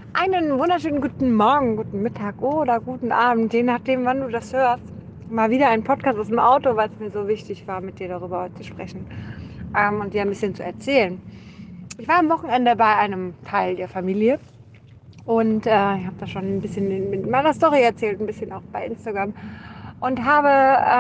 Einen wunderschönen guten Morgen, guten Mittag oder guten Abend, je nachdem, wann du das hörst. Mal wieder ein Podcast aus dem Auto, weil es mir so wichtig war, mit dir darüber heute zu sprechen und dir ein bisschen zu erzählen. Ich war am Wochenende bei einem Teil der Familie und ich habe das schon ein bisschen mit meiner Story erzählt, ein bisschen auch bei Instagram und habe,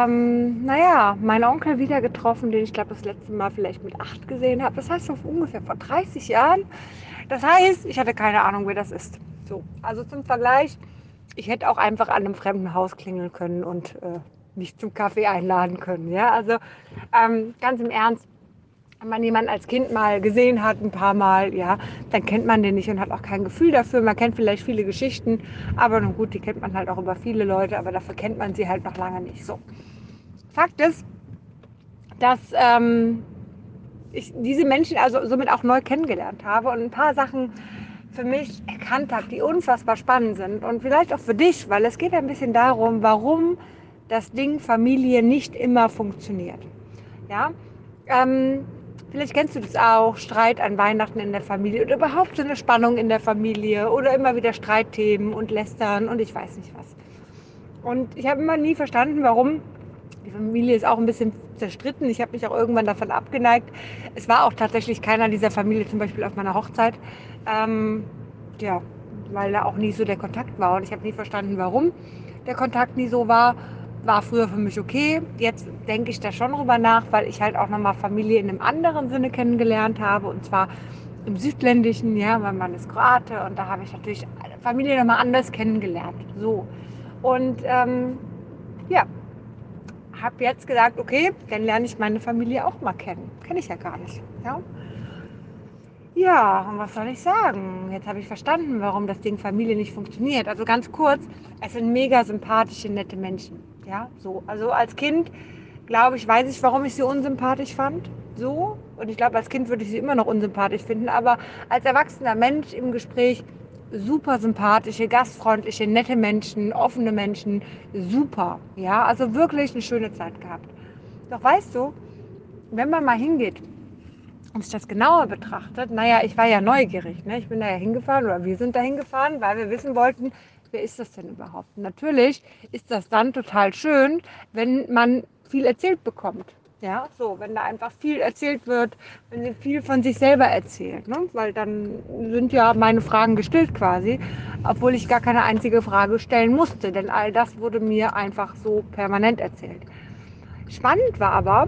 meinen Onkel wieder getroffen, den ich glaube das letzte Mal vielleicht mit 8 gesehen habe. Das heißt so ungefähr vor 30 Jahren. Das heißt, ich hatte keine Ahnung, wer das ist. So, also zum Vergleich, ich hätte auch einfach an einem fremden Haus klingeln können und mich zum Kaffee einladen können. Ja, also ganz im Ernst, wenn man jemanden als Kind mal gesehen hat, ein paar Mal, ja, dann kennt man den nicht und hat auch kein Gefühl dafür. Man kennt vielleicht viele Geschichten, aber nun gut, die kennt man halt auch über viele Leute, aber dafür kennt man sie halt noch lange nicht. So, Fakt ist, dass ich diese Menschen also somit auch neu kennengelernt habe und ein paar Sachen für mich erkannt habe, die unfassbar spannend sind und vielleicht auch für dich, weil es geht ein bisschen darum, warum das Ding Familie nicht immer funktioniert. Ja, ähm, vielleicht kennst du das auch, Streit an Weihnachten in der Familie oder überhaupt so eine Spannung in der Familie oder immer wieder Streitthemen und Lästern und ich weiß nicht was. Und ich habe immer nie verstanden, warum. Die Familie ist auch ein bisschen zerstritten. Ich habe mich auch irgendwann davon abgeneigt. Es war auch tatsächlich keiner dieser Familie, zum Beispiel auf meiner Hochzeit. Ähm, ja, weil da auch nie so der Kontakt war. Und ich habe nie verstanden, warum der Kontakt nie so war. War früher für mich okay. Jetzt denke ich da schon drüber nach, weil ich halt auch nochmal Familie in einem anderen Sinne kennengelernt habe. Und zwar im Südländischen, ja, mein Mann ist Kroate. Und da habe ich natürlich Familie nochmal anders kennengelernt. So. Und ja, habe jetzt gesagt, okay, dann lerne ich meine Familie auch mal kennen. Kenne ich ja gar nicht. Ja? Ja, und was soll ich sagen? Jetzt habe ich verstanden, warum das Ding Familie nicht funktioniert. Also ganz kurz, es sind mega sympathische, nette Menschen. Ja, so. Also als Kind, glaube ich, weiß ich, warum ich sie unsympathisch fand. So. Und ich glaube, als Kind würde ich sie immer noch unsympathisch finden. Aber als erwachsener Mensch im Gespräch super sympathische, gastfreundliche, nette Menschen, offene Menschen. Super. Ja, also wirklich eine schöne Zeit gehabt. Doch weißt du, wenn man mal hingeht und sich das genauer betrachtet, naja, ich war ja neugierig. Ne? Ich bin da ja hingefahren oder wir sind da hingefahren, weil wir wissen wollten, wer ist das denn überhaupt? Und natürlich ist das dann total schön, wenn man viel erzählt bekommt. Ja, so, wenn da einfach viel erzählt wird, wenn sie viel von sich selber erzählt, ne? Weil dann sind ja meine Fragen gestillt quasi, obwohl ich gar keine einzige Frage stellen musste, denn all das wurde mir einfach so permanent erzählt. Spannend war aber,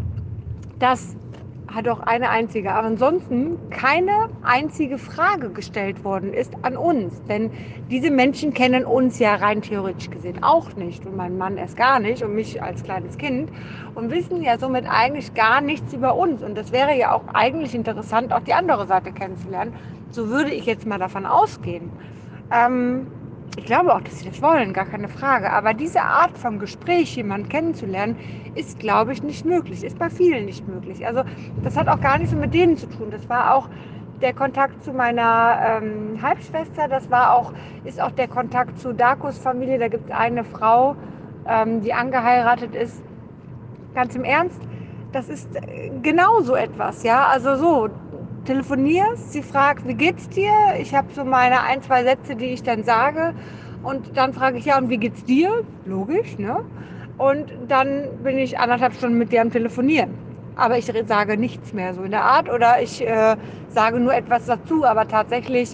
dass hat auch eine einzige, aber ansonsten keine einzige Frage gestellt worden ist an uns. Denn diese Menschen kennen uns ja rein theoretisch gesehen auch nicht und meinen Mann erst gar nicht und mich als kleines Kind und wissen ja somit eigentlich gar nichts über uns. Und das wäre ja auch eigentlich interessant, auch die andere Seite kennenzulernen. So würde ich jetzt mal davon ausgehen. Ähm, Ich glaube auch, dass sie das wollen, gar keine Frage. Aber diese Art von Gespräch, jemanden kennenzulernen, ist, glaube ich, nicht möglich. Ist bei vielen nicht möglich. Also das hat auch gar nichts so mit denen zu tun. Das war auch der Kontakt zu meiner Halbschwester. Das war auch, ist auch der Kontakt zu Darkos Familie. Da gibt es eine Frau, die angeheiratet ist. Ganz im Ernst, das ist genau so etwas. Ja, also so telefonierst, sie fragt, wie geht's dir? Ich habe so meine ein, zwei Sätze, die ich dann sage. Und dann frage ich, ja, und wie geht's dir? Logisch, ne? Und dann bin ich 1,5 Stunden mit dir am Telefonieren. Aber ich sage nichts mehr so in der Art oder ich sage nur etwas dazu. Aber tatsächlich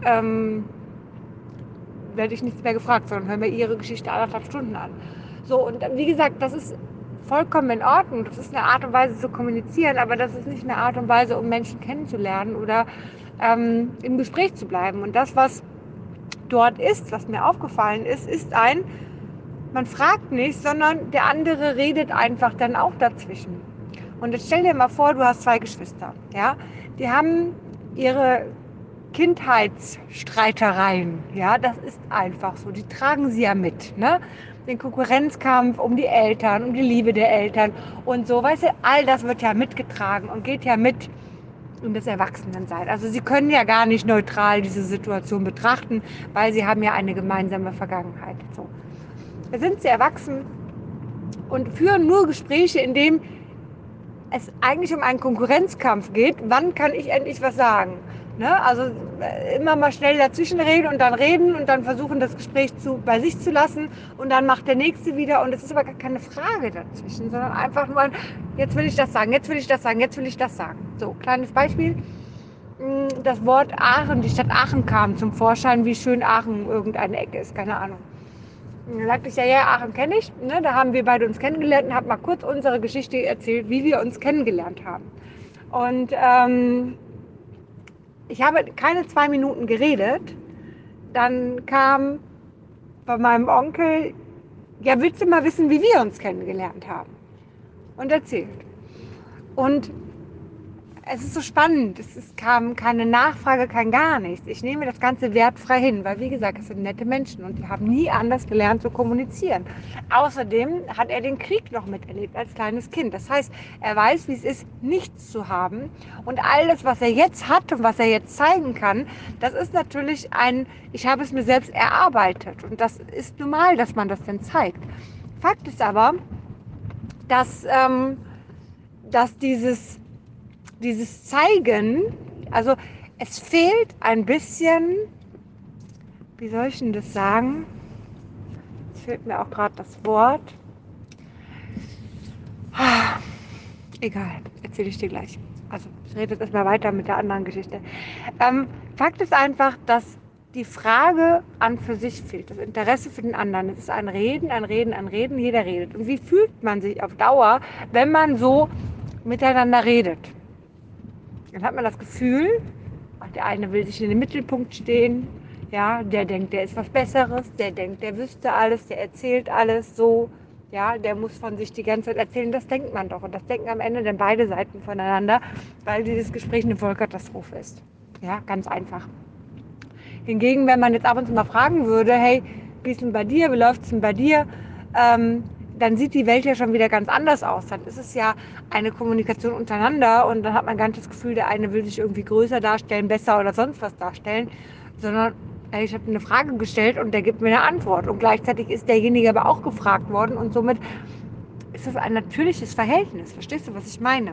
werde ich nichts mehr gefragt, sondern höre mir ihre Geschichte 1,5 Stunden an. So, und wie gesagt, das ist vollkommen in Ordnung. Das ist eine Art und Weise zu kommunizieren, aber das ist nicht eine Art und Weise, um Menschen kennenzulernen oder im Gespräch zu bleiben. Und das, was dort ist, was mir aufgefallen ist, man fragt nicht, sondern der andere redet einfach dann auch dazwischen. Und jetzt stell dir mal vor, du hast zwei Geschwister, ja, die haben ihre Kindheitsstreitereien, ja, das ist einfach so, die tragen sie ja mit, ne? Den Konkurrenzkampf um die Eltern, um die Liebe der Eltern und so, weißt du, all das wird ja mitgetragen und geht ja mit in das Erwachsenensein. Also sie können ja gar nicht neutral diese Situation betrachten, weil sie haben ja eine gemeinsame Vergangenheit. So. Da sind sie erwachsen und führen nur Gespräche, in denen es eigentlich um einen Konkurrenzkampf geht. Wann kann ich endlich was sagen? Ne? Also immer mal schnell dazwischen reden und dann versuchen, das Gespräch bei sich zu lassen und dann macht der Nächste wieder und es ist aber gar keine Frage dazwischen, sondern einfach nur ein, jetzt will ich das sagen, jetzt will ich das sagen, jetzt will ich das sagen. So, kleines Beispiel. Das Wort Aachen, die Stadt Aachen kam zum Vorschein, wie schön Aachen irgendeine Ecke ist, keine Ahnung. Und dann sagte ich, ja, Aachen kenne ich, ne? Da haben wir beide uns kennengelernt und habe mal kurz unsere Geschichte erzählt, wie wir uns kennengelernt haben. Und ich habe keine 2 Minuten geredet, dann kam bei meinem Onkel, ja, willst du mal wissen, wie wir uns kennengelernt haben? Und erzählt. Und es ist so spannend, kam keine Nachfrage, kein gar nichts. Ich nehme das Ganze wertfrei hin, weil wie gesagt, es sind nette Menschen und die haben nie anders gelernt zu kommunizieren. Außerdem hat er den Krieg noch miterlebt als kleines Kind. Das heißt, er weiß, wie es ist, nichts zu haben. Und all das, was er jetzt hat und was er jetzt zeigen kann, das ist natürlich ich habe es mir selbst erarbeitet. Und das ist normal, dass man das dann zeigt. Fakt ist aber, dass dieses Zeigen, also es fehlt ein bisschen, wie soll ich denn das sagen? Es fehlt mir auch gerade das Wort. Egal, erzähle ich dir gleich. Also ich rede jetzt erstmal weiter mit der anderen Geschichte. Fakt ist einfach, dass die Frage an für sich fehlt, das Interesse für den anderen. Es ist ein Reden, ein Reden, ein Reden, jeder redet. Und wie fühlt man sich auf Dauer, wenn man so miteinander redet? Dann hat man das Gefühl, der eine will sich in den Mittelpunkt stehen, ja, der denkt, der ist was Besseres, der denkt, der wüsste alles, der erzählt alles so, ja, der muss von sich die ganze Zeit erzählen, das denkt man doch. Und das denken am Ende dann beide Seiten voneinander, weil dieses Gespräch eine Vollkatastrophe ist. Ja, ganz einfach. Hingegen, wenn man jetzt ab und zu mal fragen würde, hey, wie ist denn bei dir, wie läuft es denn bei dir, dann sieht die Welt ja schon wieder ganz anders aus. Dann ist es ja eine Kommunikation untereinander und dann hat man gar nicht das Gefühl, der eine will sich irgendwie größer darstellen, besser oder sonst was darstellen, sondern ich habe eine Frage gestellt und der gibt mir eine Antwort. Und gleichzeitig ist derjenige aber auch gefragt worden und somit ist es ein natürliches Verhältnis. Verstehst du, was ich meine?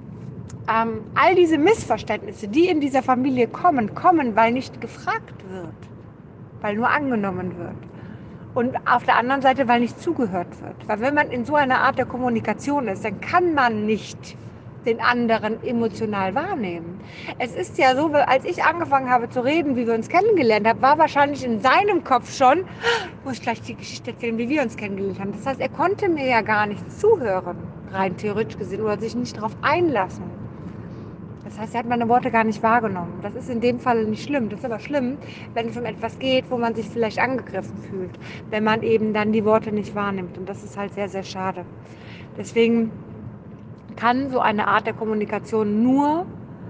All diese Missverständnisse, die in dieser Familie kommen, weil nicht gefragt wird, weil nur angenommen wird. Und auf der anderen Seite, weil nicht zugehört wird. Weil wenn man in so einer Art der Kommunikation ist, dann kann man nicht den anderen emotional wahrnehmen. Es ist ja so, als ich angefangen habe zu reden, wie wir uns kennengelernt haben, war wahrscheinlich in seinem Kopf schon, muss ich gleich die Geschichte erzählen, wie wir uns kennengelernt haben. Das heißt, er konnte mir ja gar nicht zuhören, rein theoretisch gesehen, oder sich nicht darauf einlassen. Das heißt, er hat meine Worte gar nicht wahrgenommen. Das ist in dem Fall nicht schlimm. Das ist aber schlimm, wenn es um etwas geht, wo man sich vielleicht angegriffen fühlt, wenn man eben dann die Worte nicht wahrnimmt. Und das ist halt sehr, sehr schade. Deswegen kann so eine Art der Kommunikation nur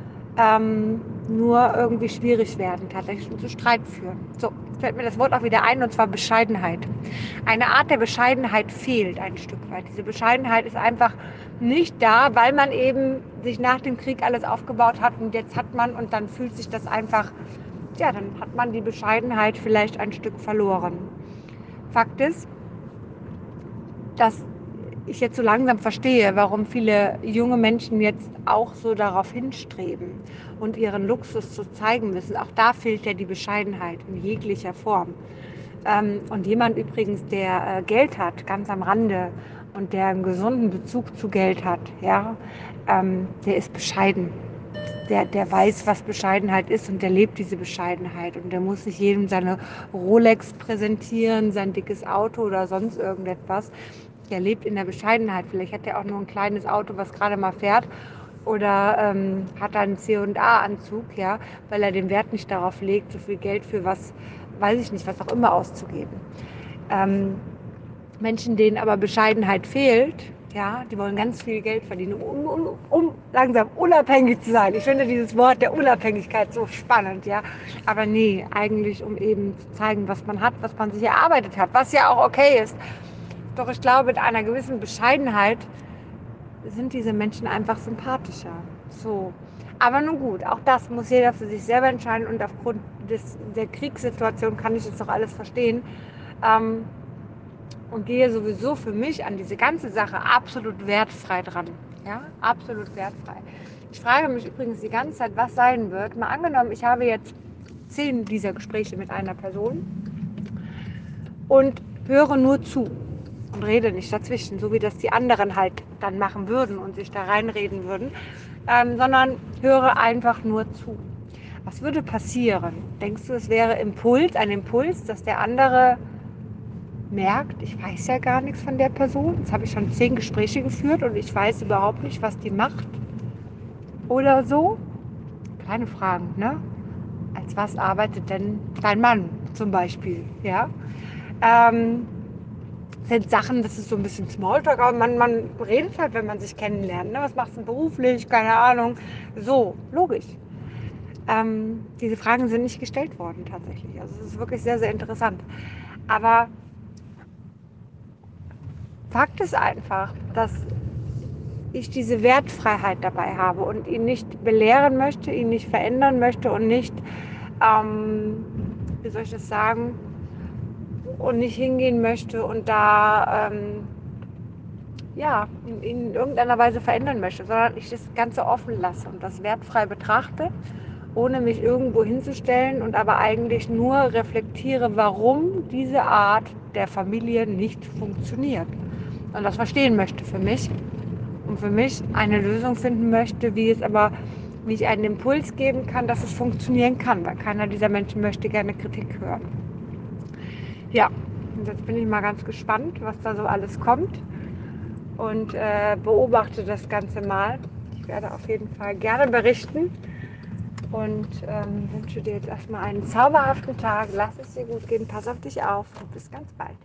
irgendwie schwierig werden, tatsächlich zu Streit führen. So, jetzt fällt mir das Wort auch wieder ein, und zwar Bescheidenheit. Eine Art der Bescheidenheit fehlt ein Stück weit. Diese Bescheidenheit ist einfach nicht da, weil man eben sich nach dem Krieg alles aufgebaut hat und jetzt hat man und dann fühlt sich das einfach, ja, dann hat man die Bescheidenheit vielleicht ein Stück verloren. Fakt ist, dass ich jetzt so langsam verstehe, warum viele junge Menschen jetzt auch so darauf hinstreben und ihren Luxus zu zeigen müssen. Auch da fehlt ja die Bescheidenheit in jeglicher Form. Und jemand übrigens, der Geld hat, ganz am Rande, und der einen gesunden Bezug zu Geld hat, ja, der ist bescheiden. Der weiß, was Bescheidenheit ist und der lebt diese Bescheidenheit. Und der muss nicht jedem seine Rolex präsentieren, sein dickes Auto oder sonst irgendetwas. Der lebt in der Bescheidenheit. Vielleicht hat er auch nur ein kleines Auto, was gerade mal fährt. Oder hat einen C&A-Anzug, ja, weil er den Wert nicht darauf legt, so viel Geld für was, weiß ich nicht, was auch immer auszugeben. Menschen, denen aber Bescheidenheit fehlt, ja, die wollen ganz viel Geld verdienen, um langsam unabhängig zu sein. Ich finde dieses Wort der Unabhängigkeit so spannend, ja. Aber nee, eigentlich um eben zu zeigen, was man hat, was man sich erarbeitet hat, was ja auch okay ist. Doch ich glaube, mit einer gewissen Bescheidenheit sind diese Menschen einfach sympathischer. So. Aber nun gut, auch das muss jeder für sich selber entscheiden und aufgrund der Kriegssituation kann ich das doch alles verstehen. Und gehe sowieso für mich an diese ganze Sache absolut wertfrei dran. Ja, absolut wertfrei. Ich frage mich übrigens die ganze Zeit, was sein wird. Mal angenommen, ich habe jetzt 10 dieser Gespräche mit einer Person und höre nur zu und rede nicht dazwischen, so wie das die anderen halt dann machen würden und sich da reinreden würden, sondern höre einfach nur zu. Was würde passieren? Denkst du, es wäre ein Impuls, dass der andere merkt, ich weiß ja gar nichts von der Person. Jetzt habe ich schon 10 Gespräche geführt und ich weiß überhaupt nicht, was die macht oder so? Kleine Fragen, ne? Als was arbeitet denn dein Mann zum Beispiel? Ja? Sind Sachen, das ist so ein bisschen Smalltalk, aber man redet halt, wenn man sich kennenlernt. Ne? Was machst du denn beruflich? Keine Ahnung. So, logisch. Diese Fragen sind nicht gestellt worden tatsächlich. Also es ist wirklich sehr, sehr interessant. Aber Fakt ist einfach, dass ich diese Wertfreiheit dabei habe und ihn nicht belehren möchte, ihn nicht verändern möchte und nicht, wie soll ich das sagen, und nicht hingehen möchte und da ja, ihn in irgendeiner Weise verändern möchte, sondern ich das Ganze offen lasse und das wertfrei betrachte, ohne mich irgendwo hinzustellen und aber eigentlich nur reflektiere, warum diese Art der Familie nicht funktioniert. Und das verstehen möchte für mich und für mich eine Lösung finden möchte, wie ich einen Impuls geben kann, dass es funktionieren kann, weil keiner dieser Menschen möchte gerne Kritik hören. Ja, und jetzt bin ich mal ganz gespannt, was da so alles kommt und beobachte das Ganze mal. Ich werde auf jeden Fall gerne berichten und wünsche dir jetzt erstmal einen zauberhaften Tag. Lass es dir gut gehen, pass auf dich auf und bis ganz bald.